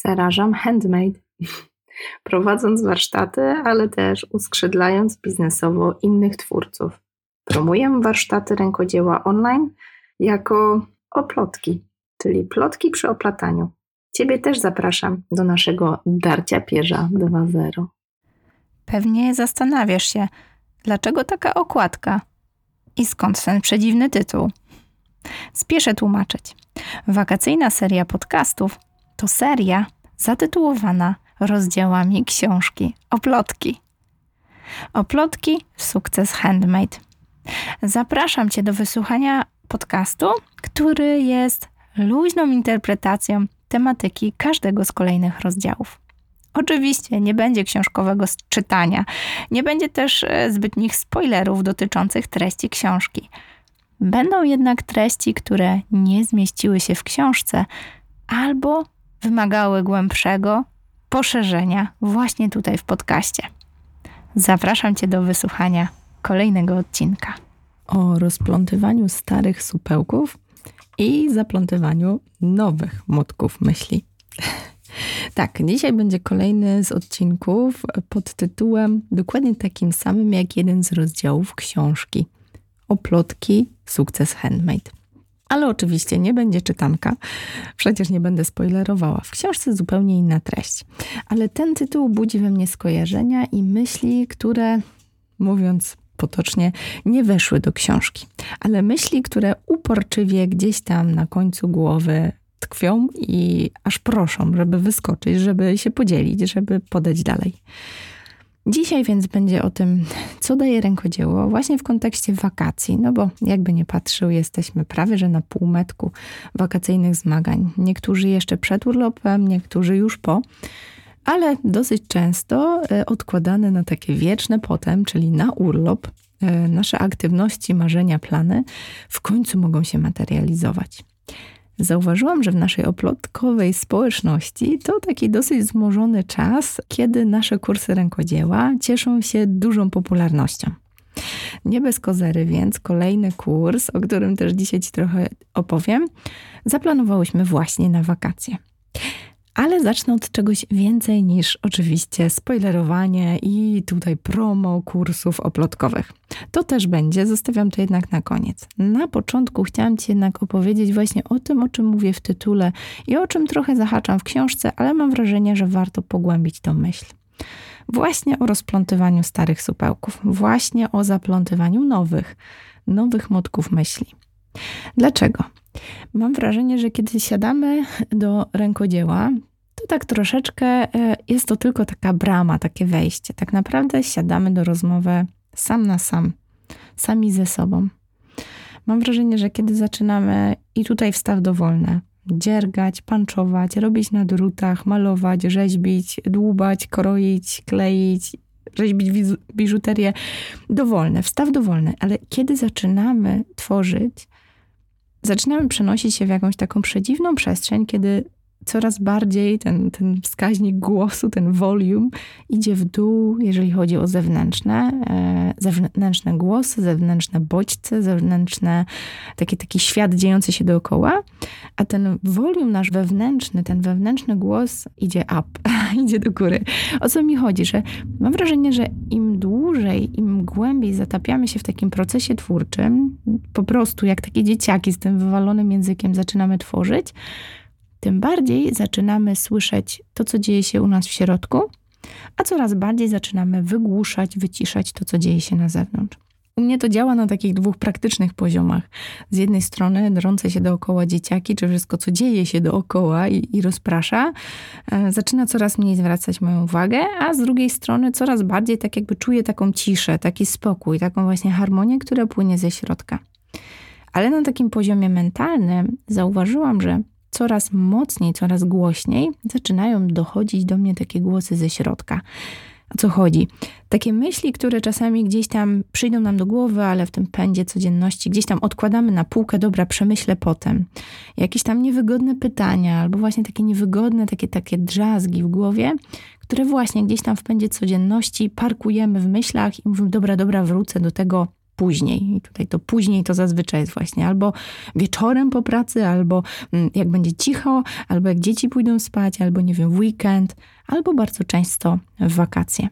Zarażam handmade, prowadząc warsztaty, ale też uskrzydlając biznesowo innych twórców. Promuję warsztaty rękodzieła online jako oplotki, czyli plotki przy oplataniu. Ciebie też zapraszam do naszego Darcia Pierza 2.0. Pewnie zastanawiasz się, dlaczego taka okładka i skąd ten przedziwny tytuł. Spieszę tłumaczyć. Wakacyjna seria podcastów to seria zatytułowana rozdziałami książki Oplotki. Oplotki Sukces Handmade. Zapraszam Cię do wysłuchania podcastu, który jest luźną interpretacją tematyki każdego z kolejnych rozdziałów. Oczywiście nie będzie książkowego czytania, nie będzie też zbytnich spoilerów dotyczących treści książki. Będą jednak treści, które nie zmieściły się w książce albo wymagały głębszego poszerzenia właśnie tutaj w podcaście. Zapraszam Cię do wysłuchania kolejnego odcinka. O rozplątywaniu starych supełków i zaplątywaniu nowych młotków myśli. Tak, dzisiaj będzie kolejny z odcinków pod tytułem dokładnie takim samym jak jeden z rozdziałów książki. Oplotki Sukces Handmade. Ale oczywiście nie będzie czytanka, przecież nie będę spoilerowała. W książce zupełnie inna treść. Ale ten tytuł budzi we mnie skojarzenia i myśli, które, mówiąc potocznie, nie weszły do książki. Ale myśli, które uporczywie gdzieś tam na końcu głowy tkwią i aż proszą, żeby wyskoczyć, żeby się podzielić, żeby podać dalej. Dzisiaj więc będzie o tym, co daje rękodzieło właśnie w kontekście wakacji, no bo jakby nie patrzył, jesteśmy prawie że na półmetku wakacyjnych zmagań. Niektórzy jeszcze przed urlopem, niektórzy już po, ale dosyć często odkładane na takie wieczne potem, czyli na urlop, nasze aktywności, marzenia, plany w końcu mogą się materializować. Zauważyłam, że w naszej oplotkowej społeczności to taki dosyć wzmożony czas, kiedy nasze kursy rękodzieła cieszą się dużą popularnością. Nie bez kozery, więc kolejny kurs, o którym też dzisiaj Ci trochę opowiem, zaplanowałyśmy właśnie na wakacje. Ale zacznę od czegoś więcej niż oczywiście spoilerowanie i tutaj promo kursów oplotkowych. To też będzie, zostawiam to jednak na koniec. Na początku chciałam Ci jednak opowiedzieć właśnie o tym, o czym mówię w tytule i o czym trochę zahaczam w książce, ale mam wrażenie, że warto pogłębić tą myśl. Właśnie o rozplątywaniu starych supełków, właśnie o zaplątywaniu nowych młotków myśli. Dlaczego? Mam wrażenie, że kiedy siadamy do rękodzieła, to tak troszeczkę jest to tylko taka brama, takie wejście. Tak naprawdę siadamy do rozmowy sam na sam, sami ze sobą. Mam wrażenie, że kiedy zaczynamy i tutaj wstaw dowolne, dziergać, panczować, robić na drutach, malować, rzeźbić, dłubać, kroić, kleić, rzeźbić biżuterię, dowolne, wstaw dowolny. Ale kiedy zaczynamy tworzyć, zaczynamy przenosić się w jakąś taką przedziwną przestrzeń, kiedy coraz bardziej ten wskaźnik głosu, ten volume idzie w dół, jeżeli chodzi o zewnętrzne głosy, zewnętrzne bodźce, zewnętrzne, taki świat dziejący się dookoła, a ten volume nasz wewnętrzny, ten wewnętrzny głos idzie up, idzie do góry. O co mi chodzi? Że mam wrażenie, że im dłużej, im głębiej zatapiamy się w takim procesie twórczym, po prostu jak takie dzieciaki z tym wywalonym językiem zaczynamy tworzyć, tym bardziej zaczynamy słyszeć to, co dzieje się u nas w środku, a coraz bardziej zaczynamy wygłuszać, wyciszać to, co dzieje się na zewnątrz. U mnie to działa na takich dwóch praktycznych poziomach. Z jednej strony drące się dookoła dzieciaki, czy wszystko, co dzieje się dookoła i rozprasza, zaczyna coraz mniej zwracać moją uwagę, a z drugiej strony coraz bardziej tak jakby czuję taką ciszę, taki spokój, taką właśnie harmonię, która płynie ze środka. Ale na takim poziomie mentalnym zauważyłam, że coraz mocniej, coraz głośniej zaczynają dochodzić do mnie takie głosy ze środka. O co chodzi? Takie myśli, które czasami gdzieś tam przyjdą nam do głowy, ale w tym pędzie codzienności gdzieś tam odkładamy na półkę, dobra, przemyślę potem. Jakieś tam niewygodne pytania, albo właśnie takie niewygodne, takie drzazgi w głowie, które właśnie gdzieś tam w pędzie codzienności parkujemy w myślach i mówimy, dobra, wrócę do tego później. I tutaj to później to zazwyczaj jest właśnie albo wieczorem po pracy, albo jak będzie cicho, albo jak dzieci pójdą spać, albo nie wiem, w weekend, albo bardzo często w wakacje.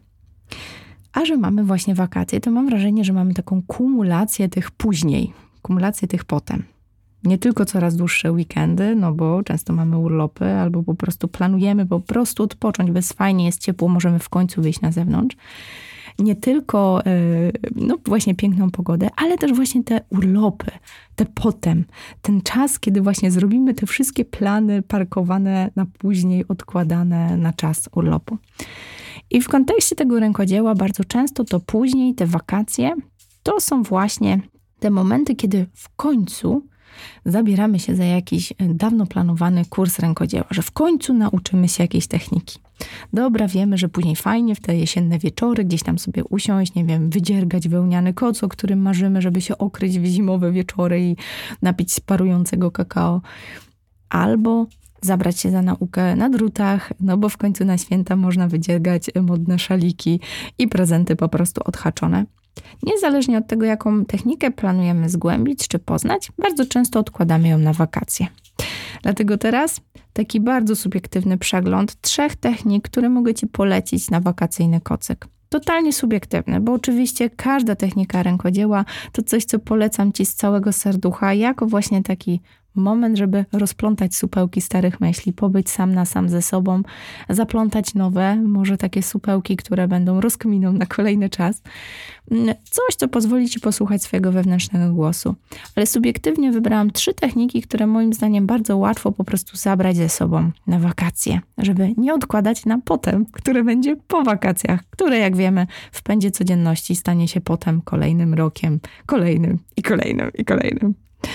A że mamy właśnie wakacje, to mam wrażenie, że mamy taką kumulację tych później, kumulację tych potem. Nie tylko coraz dłuższe weekendy, no bo często mamy urlopy, albo po prostu planujemy po prostu odpocząć, bez fajnie, jest ciepło, możemy w końcu wyjść na zewnątrz. Nie tylko no właśnie piękną pogodę, ale też właśnie te urlopy, te potem, ten czas, kiedy właśnie zrobimy te wszystkie plany parkowane na później, odkładane na czas urlopu. I w kontekście tego rękodzieła bardzo często to później, te wakacje, to są właśnie te momenty, kiedy w końcu zabieramy się za jakiś dawno planowany kurs rękodzieła, że w końcu nauczymy się jakiejś techniki. Dobra, wiemy, że później fajnie w te jesienne wieczory gdzieś tam sobie usiąść, nie wiem, wydziergać wełniany koc, o którym marzymy, żeby się okryć w zimowe wieczory i napić parującego kakao. Albo zabrać się za naukę na drutach, no bo w końcu na święta można wydziergać modne szaliki i prezenty po prostu odhaczone. Niezależnie od tego, jaką technikę planujemy zgłębić czy poznać, bardzo często odkładamy ją na wakacje. Dlatego teraz taki bardzo subiektywny przegląd 3 technik, które mogę Ci polecić na wakacyjny kocyk. Totalnie subiektywny, bo oczywiście każda technika rękodzieła to coś, co polecam Ci z całego serducha, jako właśnie taki moment, żeby rozplątać supełki starych myśli, pobyć sam na sam ze sobą, zaplątać nowe, może takie supełki, które będą rozkminą na kolejny czas. Coś, co pozwoli Ci posłuchać swojego wewnętrznego głosu. Ale subiektywnie wybrałam 3 techniki, które moim zdaniem bardzo łatwo po prostu zabrać ze sobą na wakacje, żeby nie odkładać na potem, które będzie po wakacjach, które jak wiemy w pędzie codzienności stanie się potem kolejnym rokiem, kolejnym i kolejnym i kolejnym.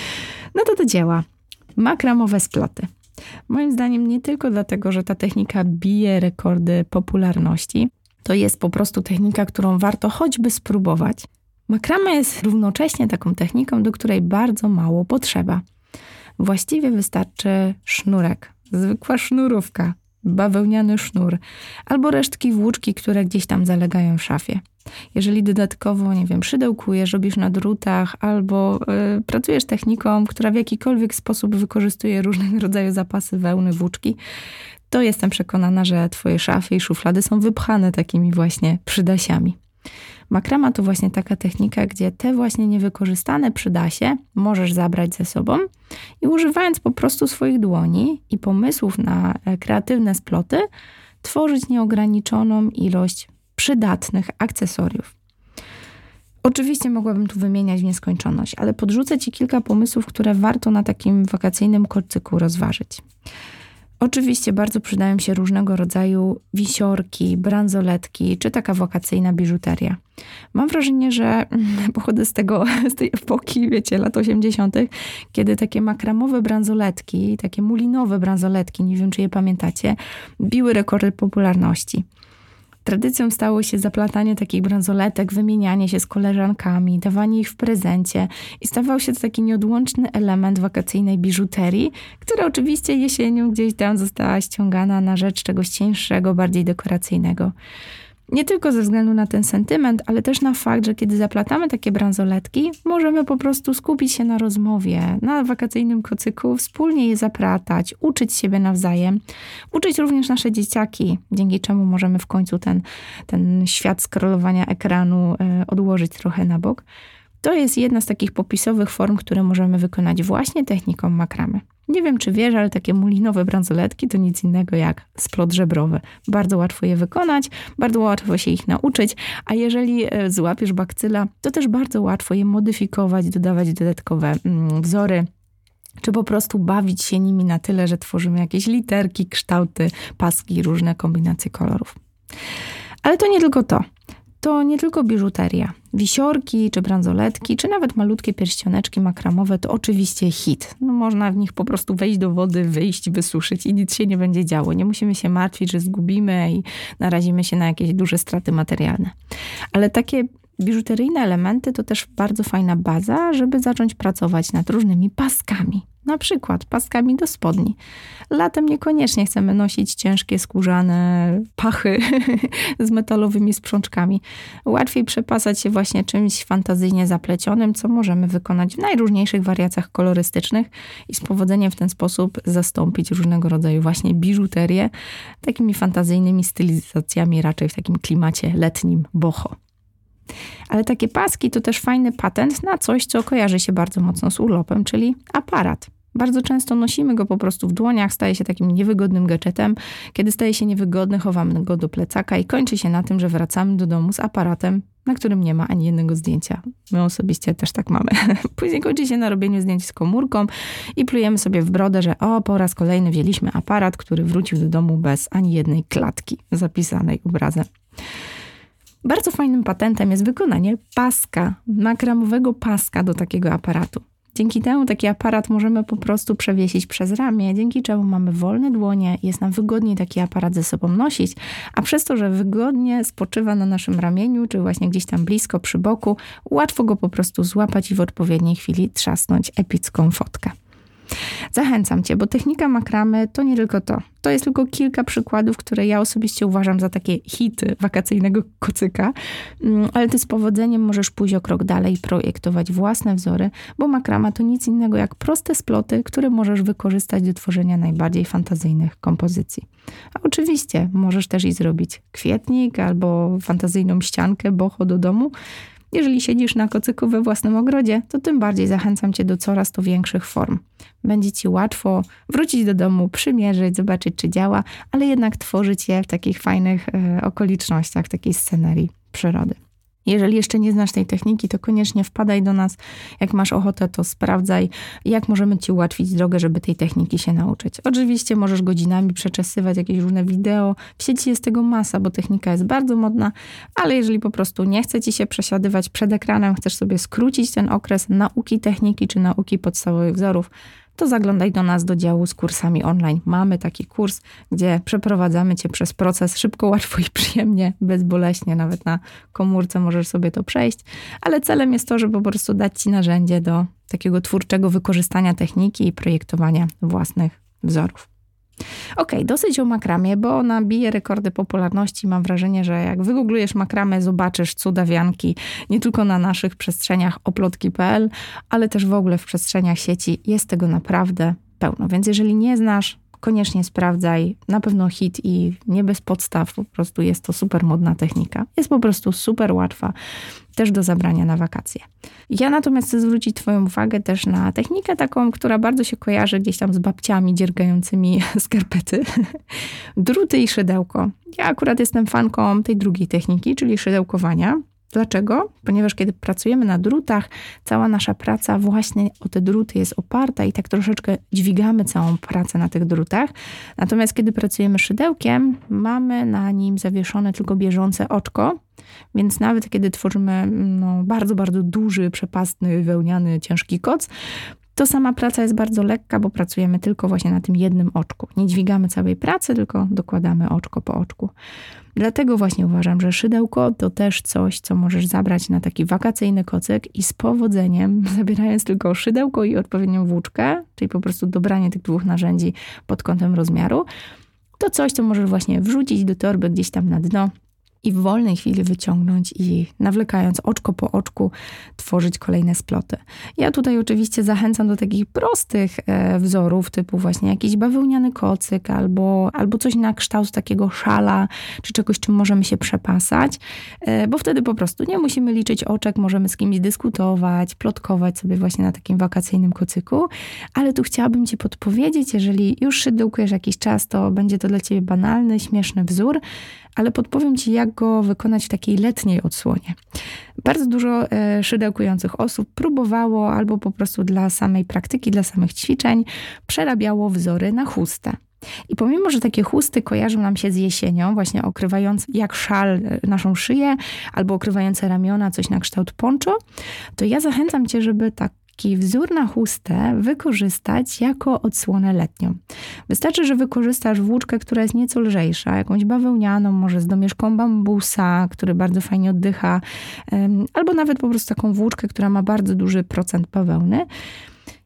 No to do dzieła. Makramowe sploty. Moim zdaniem nie tylko dlatego, że ta technika bije rekordy popularności, to jest po prostu technika, którą warto choćby spróbować. Makrama jest równocześnie taką techniką, do której bardzo mało potrzeba. Właściwie wystarczy sznurek, zwykła sznurówka, bawełniany sznur, albo resztki włóczki, które gdzieś tam zalegają w szafie. Jeżeli dodatkowo, nie wiem, szydełkujesz, robisz na drutach albo pracujesz techniką, która w jakikolwiek sposób wykorzystuje różnego rodzaju zapasy wełny, włóczki, to jestem przekonana, że Twoje szafy i szuflady są wypchane takimi właśnie przydasiami. Makrama to właśnie taka technika, gdzie te właśnie niewykorzystane przydasie możesz zabrać ze sobą i używając po prostu swoich dłoni i pomysłów na kreatywne sploty, tworzyć nieograniczoną ilość przydatnych akcesoriów. Oczywiście mogłabym tu wymieniać w nieskończoność, ale podrzucę Ci kilka pomysłów, które warto na takim wakacyjnym kocyku rozważyć. Oczywiście bardzo przydają się różnego rodzaju wisiorki, bransoletki, czy taka wakacyjna biżuteria. Mam wrażenie, że pochodzę z tej epoki, wiecie, lat 80., kiedy takie makramowe bransoletki, takie mulinowe bransoletki, nie wiem, czy je pamiętacie, biły rekordy popularności. Tradycją stało się zaplatanie takich bransoletek, wymienianie się z koleżankami, dawanie ich w prezencie i stawał się to taki nieodłączny element wakacyjnej biżuterii, która oczywiście jesienią gdzieś tam została ściągana na rzecz czegoś cieńszego, bardziej dekoracyjnego. Nie tylko ze względu na ten sentyment, ale też na fakt, że kiedy zaplatamy takie bransoletki, możemy po prostu skupić się na rozmowie, na wakacyjnym kocyku, wspólnie je zaplatać, uczyć siebie nawzajem, uczyć również nasze dzieciaki, dzięki czemu możemy w końcu ten świat scrollowania ekranu odłożyć trochę na bok. To jest jedna z takich popisowych form, które możemy wykonać właśnie techniką makramy. Nie wiem, czy wiesz, ale takie mulinowe bransoletki to nic innego jak splot żebrowy. Bardzo łatwo je wykonać, bardzo łatwo się ich nauczyć, a jeżeli złapiesz bakcyla, to też bardzo łatwo je modyfikować, dodawać dodatkowe wzory, czy po prostu bawić się nimi na tyle, że tworzymy jakieś literki, kształty, paski, różne kombinacje kolorów. Ale to nie tylko to. To nie tylko biżuteria. Wisiorki, czy bransoletki, czy nawet malutkie pierścioneczki makramowe to oczywiście hit. No, można w nich po prostu wejść do wody, wyjść, wysuszyć i nic się nie będzie działo. Nie musimy się martwić, że zgubimy i narazimy się na jakieś duże straty materialne. Ale takie biżuteryjne elementy to też bardzo fajna baza, żeby zacząć pracować nad różnymi paskami. Na przykład pastkami do spodni. Latem niekoniecznie chcemy nosić ciężkie skórzane pachy z metalowymi sprzączkami. Łatwiej przepasać się właśnie czymś fantazyjnie zaplecionym, co możemy wykonać w najróżniejszych wariacjach kolorystycznych i z powodzeniem w ten sposób zastąpić różnego rodzaju właśnie biżuterię takimi fantazyjnymi stylizacjami, raczej w takim klimacie letnim boho. Ale takie paski to też fajny patent na coś, co kojarzy się bardzo mocno z urlopem, czyli aparat. Bardzo często nosimy go po prostu w dłoniach, staje się takim niewygodnym gadżetem. Kiedy staje się niewygodny, chowamy go do plecaka i kończy się na tym, że wracamy do domu z aparatem, na którym nie ma ani jednego zdjęcia. My osobiście też tak mamy. Później kończy się na robieniu zdjęć z komórką i plujemy sobie w brodę, że po raz kolejny wzięliśmy aparat, który wrócił do domu bez ani jednej klatki zapisanej obrazem. Bardzo fajnym patentem jest wykonanie paska, makramowego paska do takiego aparatu. Dzięki temu taki aparat możemy po prostu przewiesić przez ramię, dzięki czemu mamy wolne dłonie, jest nam wygodniej taki aparat ze sobą nosić, a przez to, że wygodnie spoczywa na naszym ramieniu, czy właśnie gdzieś tam blisko przy boku, łatwo go po prostu złapać i w odpowiedniej chwili trzasnąć epicką fotkę. Zachęcam Cię, bo technika makramy to nie tylko to. To jest tylko kilka przykładów, które ja osobiście uważam za takie hity wakacyjnego kocyka, ale Ty z powodzeniem możesz pójść o krok dalej i projektować własne wzory, bo makrama to nic innego jak proste sploty, które możesz wykorzystać do tworzenia najbardziej fantazyjnych kompozycji. A oczywiście możesz też i zrobić kwietnik albo fantazyjną ściankę boho do domu. Jeżeli siedzisz na kocyku we własnym ogrodzie, to tym bardziej zachęcam Cię do coraz to większych form. Będzie Ci łatwo wrócić do domu, przymierzyć, zobaczyć, czy działa, ale jednak tworzyć je w takich fajnych okolicznościach, w takiej scenerii przyrody. Jeżeli jeszcze nie znasz tej techniki, to koniecznie wpadaj do nas. Jak masz ochotę, to sprawdzaj, jak możemy Ci ułatwić drogę, żeby tej techniki się nauczyć. Oczywiście możesz godzinami przeczesywać jakieś różne wideo. W sieci jest tego masa, bo technika jest bardzo modna, ale jeżeli po prostu nie chce Ci się przesiadywać przed ekranem, chcesz sobie skrócić ten okres nauki techniki czy nauki podstawowych wzorów, to zaglądaj do nas do działu z kursami online. Mamy taki kurs, gdzie przeprowadzamy Cię przez proces szybko, łatwo i przyjemnie, bezboleśnie. Nawet na komórce możesz sobie to przejść. Ale celem jest to, żeby po prostu dać Ci narzędzie do takiego twórczego wykorzystania techniki i projektowania własnych wzorów. Okej, dosyć o makramie, bo ona bije rekordy popularności. Mam wrażenie, że jak wygooglujesz makramę, zobaczysz cudawianki nie tylko na naszych przestrzeniach oplotki.pl, ale też w ogóle w przestrzeniach sieci. Jest tego naprawdę pełno, więc jeżeli nie znasz, koniecznie sprawdzaj. Na pewno hit i nie bez podstaw, po prostu jest to super modna technika. Jest po prostu super łatwa, też do zabrania na wakacje. Ja natomiast chcę zwrócić Twoją uwagę też na technikę taką, która bardzo się kojarzy gdzieś tam z babciami dziergającymi skarpety. Druty i szydełko. Ja akurat jestem fanką tej drugiej techniki, czyli szydełkowania. Dlaczego? Ponieważ kiedy pracujemy na drutach, cała nasza praca właśnie o te druty jest oparta i tak troszeczkę dźwigamy całą pracę na tych drutach. Natomiast kiedy pracujemy szydełkiem, mamy na nim zawieszone tylko bieżące oczko, więc nawet kiedy tworzymy bardzo, bardzo duży, przepastny, wełniany, ciężki koc, to sama praca jest bardzo lekka, bo pracujemy tylko właśnie na tym jednym oczku. Nie dźwigamy całej pracy, tylko dokładamy oczko po oczku. Dlatego właśnie uważam, że szydełko to też coś, co możesz zabrać na taki wakacyjny kocyk i z powodzeniem, zabierając tylko szydełko i odpowiednią włóczkę, czyli po prostu dobranie tych dwóch narzędzi pod kątem rozmiaru, to coś, co możesz właśnie wrzucić do torby gdzieś tam na dno i w wolnej chwili wyciągnąć i nawlekając oczko po oczku tworzyć kolejne sploty. Ja tutaj oczywiście zachęcam do takich prostych wzorów, typu właśnie jakiś bawełniany kocyk albo coś na kształt takiego szala, czy czegoś, czym możemy się przepasać, bo wtedy po prostu nie musimy liczyć oczek, możemy z kimś dyskutować, plotkować sobie właśnie na takim wakacyjnym kocyku, ale tu chciałabym Ci podpowiedzieć, jeżeli już szydełkujesz jakiś czas, to będzie to dla Ciebie banalny, śmieszny wzór, ale podpowiem Ci, jak go wykonać w takiej letniej odsłonie. Bardzo dużo szydełkujących osób próbowało albo po prostu dla samej praktyki, dla samych ćwiczeń przerabiało wzory na chustę. I pomimo, że takie chusty kojarzą nam się z jesienią, właśnie okrywające jak szal naszą szyję albo okrywające ramiona, coś na kształt poncho, to ja zachęcam Cię, żeby taki wzór na chustę wykorzystać jako odsłonę letnią. Wystarczy, że wykorzystasz włóczkę, która jest nieco lżejsza, jakąś bawełnianą, może z domieszką bambusa, który bardzo fajnie oddycha, albo nawet po prostu taką włóczkę, która ma bardzo duży procent bawełny.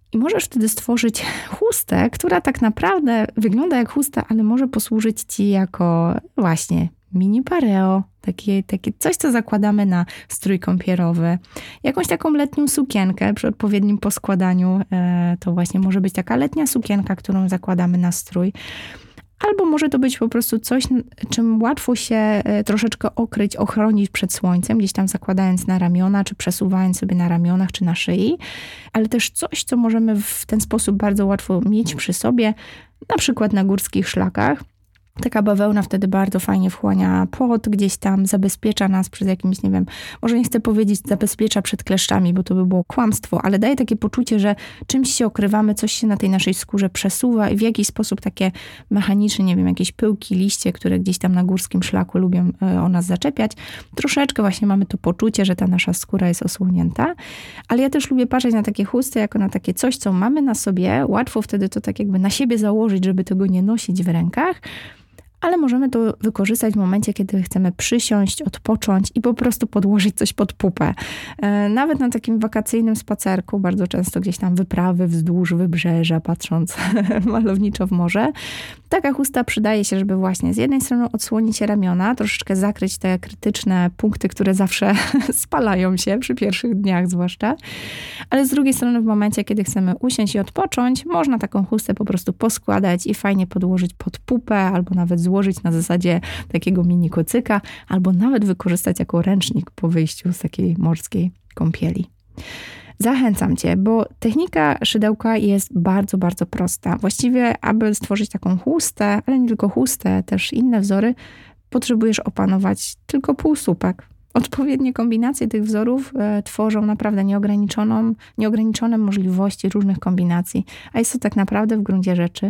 I możesz wtedy stworzyć chustę, która tak naprawdę wygląda jak chusta, ale może posłużyć ci jako właśnie mini pareo, takie coś, co zakładamy na strój kąpielowy. Jakąś taką letnią sukienkę przy odpowiednim poskładaniu. To właśnie może być taka letnia sukienka, którą zakładamy na strój. Albo może to być po prostu coś, czym łatwo się troszeczkę okryć, ochronić przed słońcem, gdzieś tam zakładając na ramiona, czy przesuwając sobie na ramionach, czy na szyi. Ale też coś, co możemy w ten sposób bardzo łatwo mieć przy sobie, na przykład na górskich szlakach. Taka bawełna wtedy bardzo fajnie wchłania pot, gdzieś tam zabezpiecza nas przed jakimś, nie wiem, może nie chcę powiedzieć zabezpiecza przed kleszczami, bo to by było kłamstwo, ale daje takie poczucie, że czymś się okrywamy, coś się na tej naszej skórze przesuwa i w jakiś sposób takie mechaniczne, nie wiem, jakieś pyłki, liście, które gdzieś tam na górskim szlaku lubią o nas zaczepiać. Troszeczkę właśnie mamy to poczucie, że ta nasza skóra jest osłonięta, ale ja też lubię patrzeć na takie chusty jako na takie coś, co mamy na sobie, łatwo wtedy to tak jakby na siebie założyć, żeby tego nie nosić w rękach, ale możemy to wykorzystać w momencie, kiedy chcemy przysiąść, odpocząć i po prostu podłożyć coś pod pupę. Nawet na takim wakacyjnym spacerku, bardzo często gdzieś tam wyprawy wzdłuż wybrzeża, patrząc malowniczo w morze. Taka chusta przydaje się, żeby właśnie z jednej strony odsłonić ramiona, troszeczkę zakryć te krytyczne punkty, które zawsze spalają się przy pierwszych dniach zwłaszcza, ale z drugiej strony w momencie, kiedy chcemy usiąść i odpocząć, można taką chustę po prostu poskładać i fajnie podłożyć pod pupę, albo nawet złożyć na zasadzie takiego mini kocyka, albo nawet wykorzystać jako ręcznik po wyjściu z takiej morskiej kąpieli. Zachęcam cię, bo technika szydełka jest bardzo, bardzo prosta. Właściwie, aby stworzyć taką chustę, ale nie tylko chustę, też inne wzory, potrzebujesz opanować tylko półsłupek. Odpowiednie kombinacje tych wzorów tworzą naprawdę nieograniczone możliwości różnych kombinacji, a jest to tak naprawdę w gruncie rzeczy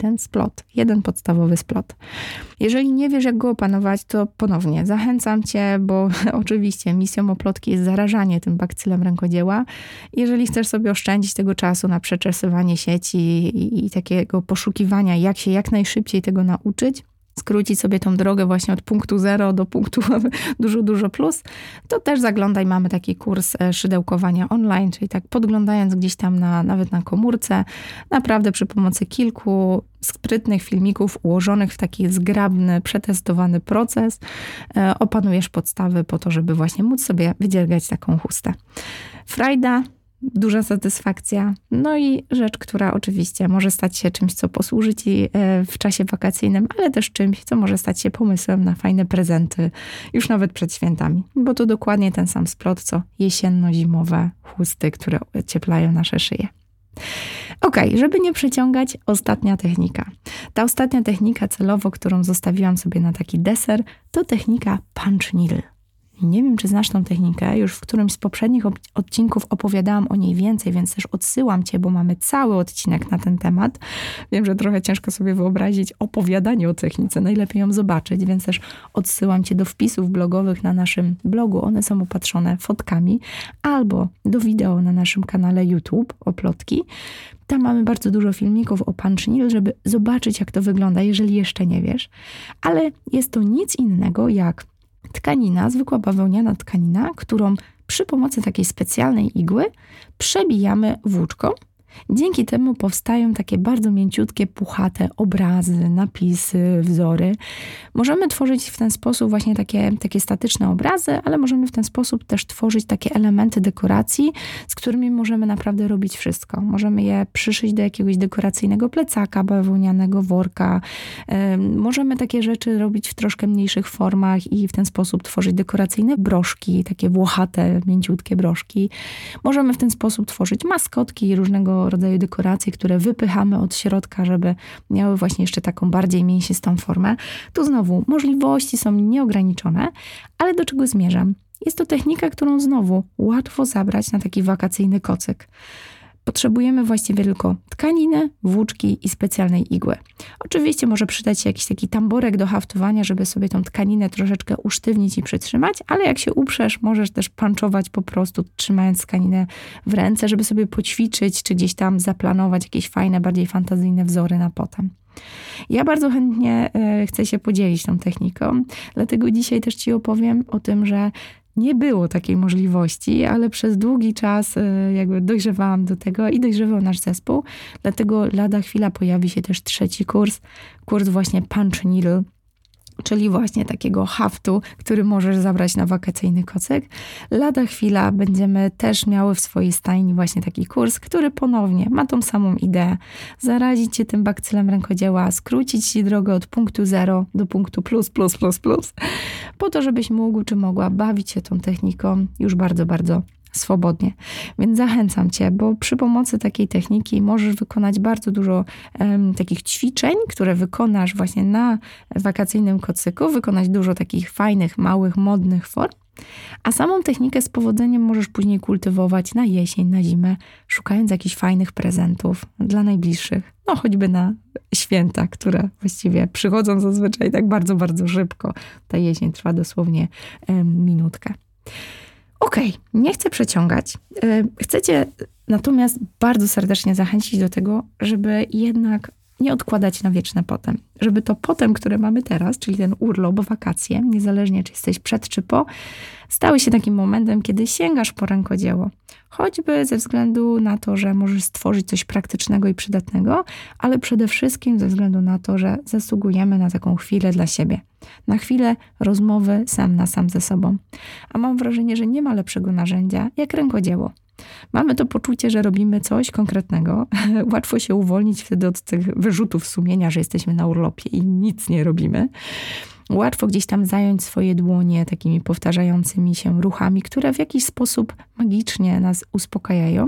jeden podstawowy splot. Jeżeli nie wiesz, jak go opanować, to ponownie zachęcam cię, bo oczywiście misją oplotki jest zarażanie tym bakcylem rękodzieła. Jeżeli chcesz sobie oszczędzić tego czasu na przeczesywanie sieci i takiego poszukiwania, jak się jak najszybciej tego nauczyć, skrócić sobie tą drogę właśnie od punktu 0 do punktu dużo plus, to też zaglądaj, mamy taki kurs szydełkowania online, czyli tak podglądając gdzieś tam nawet na komórce, naprawdę przy pomocy kilku sprytnych filmików ułożonych w taki zgrabny, przetestowany proces, opanujesz podstawy po to, żeby właśnie móc sobie wydziergać taką chustę. Frajda, duża satysfakcja, no i rzecz, która oczywiście może stać się czymś, co posłuży ci w czasie wakacyjnym, ale też czymś, co może stać się pomysłem na fajne prezenty już nawet przed świętami, bo to dokładnie ten sam splot, co jesienno-zimowe chusty, które ocieplają nasze szyje. Okej, żeby nie przeciągać, ostatnia technika. Ta ostatnia technika celowo, którą zostawiłam sobie na taki deser, to technika punch needle. Nie wiem, czy znasz tą technikę. Już w którymś z poprzednich odcinków opowiadałam o niej więcej, więc też odsyłam cię, bo mamy cały odcinek na ten temat. Wiem, że trochę ciężko sobie wyobrazić opowiadanie o technice. Najlepiej ją zobaczyć, więc też odsyłam cię do wpisów blogowych na naszym blogu. One są opatrzone fotkami. Albo do wideo na naszym kanale YouTube Oplotki. Tam mamy bardzo dużo filmików o punch needle, żeby zobaczyć, jak to wygląda, jeżeli jeszcze nie wiesz. Ale jest to nic innego jak tkanina, zwykła bawełniana tkanina, którą przy pomocy takiej specjalnej igły przebijamy włóczką. Dzięki temu powstają takie bardzo mięciutkie, puchate obrazy, napisy, wzory. Możemy tworzyć w ten sposób właśnie takie statyczne obrazy, ale możemy w ten sposób też tworzyć takie elementy dekoracji, z którymi możemy naprawdę robić wszystko. Możemy je przyszyć do jakiegoś dekoracyjnego plecaka, bawełnianego worka. Możemy takie rzeczy robić w troszkę mniejszych formach i w ten sposób tworzyć dekoracyjne broszki, takie włochate, mięciutkie broszki. Możemy w ten sposób tworzyć maskotki i różnego rodzaju dekoracje, które wypychamy od środka, żeby miały właśnie jeszcze taką bardziej mięsistą formę. Tu znowu możliwości są nieograniczone, ale do czego zmierzam? Jest to technika, którą znowu łatwo zabrać na taki wakacyjny kocyk. Potrzebujemy właściwie tylko tkaniny, włóczki i specjalnej igły. Oczywiście może przydać się jakiś taki tamborek do haftowania, żeby sobie tą tkaninę troszeczkę usztywnić i przytrzymać, ale jak się uprzesz, możesz też panczować po prostu, trzymając tkaninę w ręce, żeby sobie poćwiczyć, czy gdzieś tam zaplanować jakieś fajne, bardziej fantazyjne wzory na potem. Ja bardzo chętnie chcę się podzielić tą techniką, dlatego dzisiaj też ci opowiem o tym, że nie było takiej możliwości, ale przez długi czas jakby dojrzewałam do tego i dojrzewał nasz zespół. Dlatego lada chwila pojawi się też trzeci kurs właśnie Punch Needle, czyli właśnie takiego haftu, który możesz zabrać na wakacyjny kocyk. Lada chwila będziemy też miały w swojej stajni właśnie taki kurs, który ponownie ma tą samą ideę. Zarazić cię tym bakcylem rękodzieła, skrócić ci drogę od punktu 0 do punktu plus, po to, żebyś mógł czy mogła bawić się tą techniką już bardzo, bardzo swobodnie. Więc zachęcam cię, bo przy pomocy takiej techniki możesz wykonać bardzo dużo takich ćwiczeń, które wykonasz właśnie na wakacyjnym kocyku, wykonać dużo takich fajnych, małych, modnych form, a samą technikę z powodzeniem możesz później kultywować na jesień, na zimę, szukając jakichś fajnych prezentów dla najbliższych. No choćby na święta, które właściwie przychodzą zazwyczaj tak bardzo, bardzo szybko. Ta jesień trwa dosłownie minutkę. Okej, nie chcę przeciągać. Chcę cię natomiast bardzo serdecznie zachęcić do tego, żeby jednak nie odkładać na wieczne potem. Żeby to potem, które mamy teraz, czyli ten urlop, wakacje, niezależnie czy jesteś przed czy po, stały się takim momentem, kiedy sięgasz po rękodzieło. Choćby ze względu na to, że możesz stworzyć coś praktycznego i przydatnego, ale przede wszystkim ze względu na to, że zasługujemy na taką chwilę dla siebie. Na chwilę rozmowy sam na sam ze sobą. A mam wrażenie, że nie ma lepszego narzędzia jak rękodzieło. Mamy to poczucie, że robimy coś konkretnego. Łatwo się uwolnić wtedy od tych wyrzutów sumienia, że jesteśmy na urlopie i nic nie robimy. Łatwo gdzieś tam zająć swoje dłonie takimi powtarzającymi się ruchami, które w jakiś sposób magicznie nas uspokajają.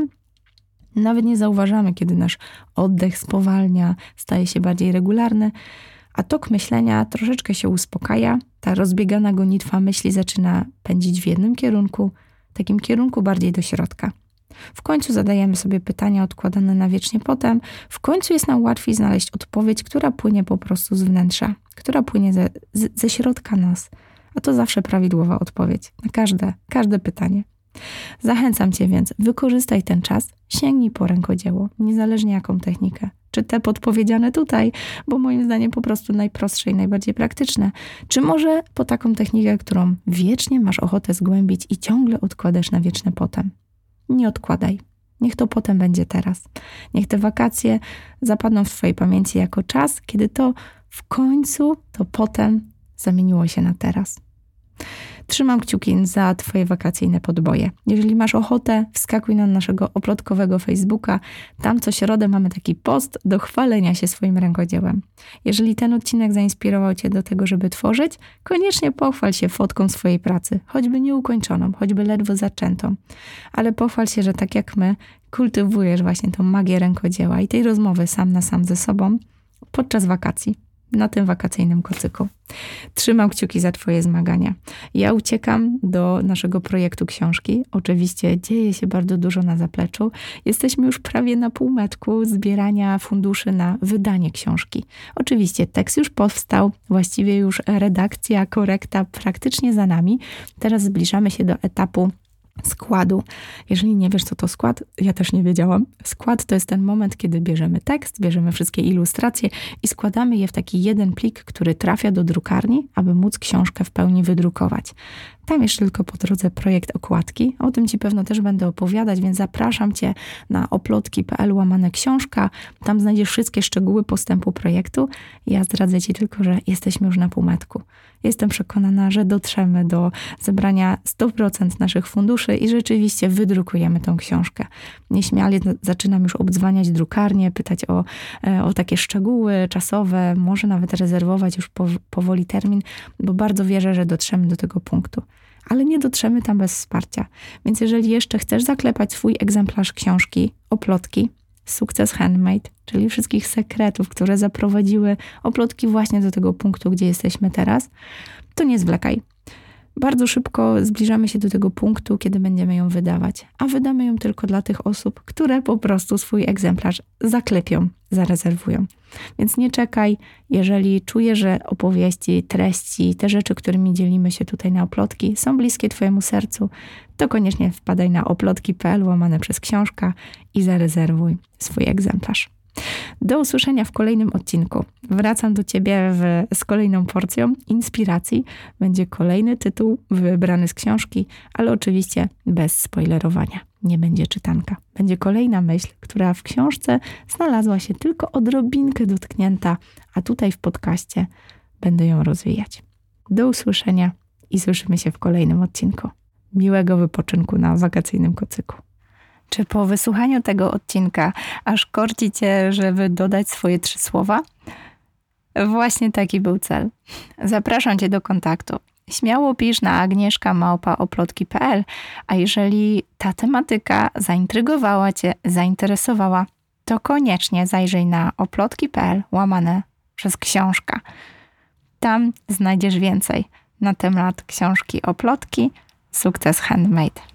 Nawet nie zauważamy, kiedy nasz oddech spowalnia, staje się bardziej regularny, a tok myślenia troszeczkę się uspokaja. Ta rozbiegana gonitwa myśli zaczyna pędzić w jednym kierunku, takim kierunku bardziej do środka. W końcu zadajemy sobie pytania odkładane na wiecznie potem. W końcu jest nam łatwiej znaleźć odpowiedź, która płynie po prostu z wnętrza, która płynie ze środka nas. A to zawsze prawidłowa odpowiedź na każde pytanie. Zachęcam cię więc, wykorzystaj ten czas, sięgnij po rękodzieło, niezależnie jaką technikę. Czy te podpowiedziane tutaj, bo moim zdaniem po prostu najprostsze i najbardziej praktyczne. Czy może po taką technikę, którą wiecznie masz ochotę zgłębić i ciągle odkładasz na wieczne potem. Nie odkładaj. Niech to potem będzie teraz. Niech te wakacje zapadną w twojej pamięci jako czas, kiedy to w końcu, to potem zamieniło się na teraz. Trzymam kciuki za twoje wakacyjne podboje. Jeżeli masz ochotę, wskakuj na naszego oplotkowego Facebooka. Tam co środę mamy taki post do chwalenia się swoim rękodziełem. Jeżeli ten odcinek zainspirował cię do tego, żeby tworzyć, koniecznie pochwal się fotką swojej pracy. Choćby nieukończoną, choćby ledwo zaczętą. Ale pochwal się, że tak jak my, kultywujesz właśnie tą magię rękodzieła i tej rozmowy sam na sam ze sobą podczas wakacji. Na tym wakacyjnym kocyku. Trzymam kciuki za twoje zmagania. Ja uciekam do naszego projektu książki. Oczywiście dzieje się bardzo dużo na zapleczu. Jesteśmy już prawie na półmetku zbierania funduszy na wydanie książki. Oczywiście tekst już powstał, właściwie już redakcja, korekta praktycznie za nami. Teraz zbliżamy się do etapu składu. Jeżeli nie wiesz, co to skład, ja też nie wiedziałam. Skład to jest ten moment, kiedy bierzemy tekst, bierzemy wszystkie ilustracje i składamy je w taki jeden plik, który trafia do drukarni, aby móc książkę w pełni wydrukować. Tam jeszcze tylko po drodze projekt okładki. O tym ci pewno też będę opowiadać, więc zapraszam cię na oplotki.pl/książka. Tam znajdziesz wszystkie szczegóły postępu projektu. Ja zdradzę ci tylko, że jesteśmy już na półmetku. Jestem przekonana, że dotrzemy do zebrania 100% naszych funduszy i rzeczywiście wydrukujemy tą książkę. Nieśmialie zaczynam już obdzwaniać drukarnię, pytać o takie szczegóły czasowe, może nawet rezerwować już powoli termin, bo bardzo wierzę, że dotrzemy do tego punktu. Ale nie dotrzemy tam bez wsparcia. Więc jeżeli jeszcze chcesz zaklepać swój egzemplarz książki Oplotki, Sukces Handmade, czyli wszystkich sekretów, które zaprowadziły Oplotki właśnie do tego punktu, gdzie jesteśmy teraz, to nie zwlekaj. Bardzo szybko zbliżamy się do tego punktu, kiedy będziemy ją wydawać. A wydamy ją tylko dla tych osób, które po prostu swój egzemplarz zaklepią, zarezerwują. Więc nie czekaj, jeżeli czujesz, że opowieści, treści, te rzeczy, którymi dzielimy się tutaj na Oplotki, są bliskie twojemu sercu, to koniecznie wpadaj na oplotki.pl/książka i zarezerwuj swój egzemplarz. Do usłyszenia w kolejnym odcinku. Wracam do Ciebie z kolejną porcją inspiracji. Będzie kolejny tytuł wybrany z książki, ale oczywiście bez spoilerowania. Nie będzie czytanka. Będzie kolejna myśl, która w książce znalazła się tylko odrobinkę dotknięta, a tutaj w podcaście będę ją rozwijać. Do usłyszenia i słyszymy się w kolejnym odcinku. Miłego wypoczynku na wakacyjnym kocyku. Czy po wysłuchaniu tego odcinka aż korci Cię, żeby dodać swoje 3 słowa? Właśnie taki był cel. Zapraszam Cię do kontaktu. Śmiało pisz na agnieszka@oplotki.pl, a jeżeli ta tematyka zaintrygowała Cię, zainteresowała, to koniecznie zajrzyj na oplotki.pl/książka. Tam znajdziesz więcej na temat książki Oplotki Sukces Handmade.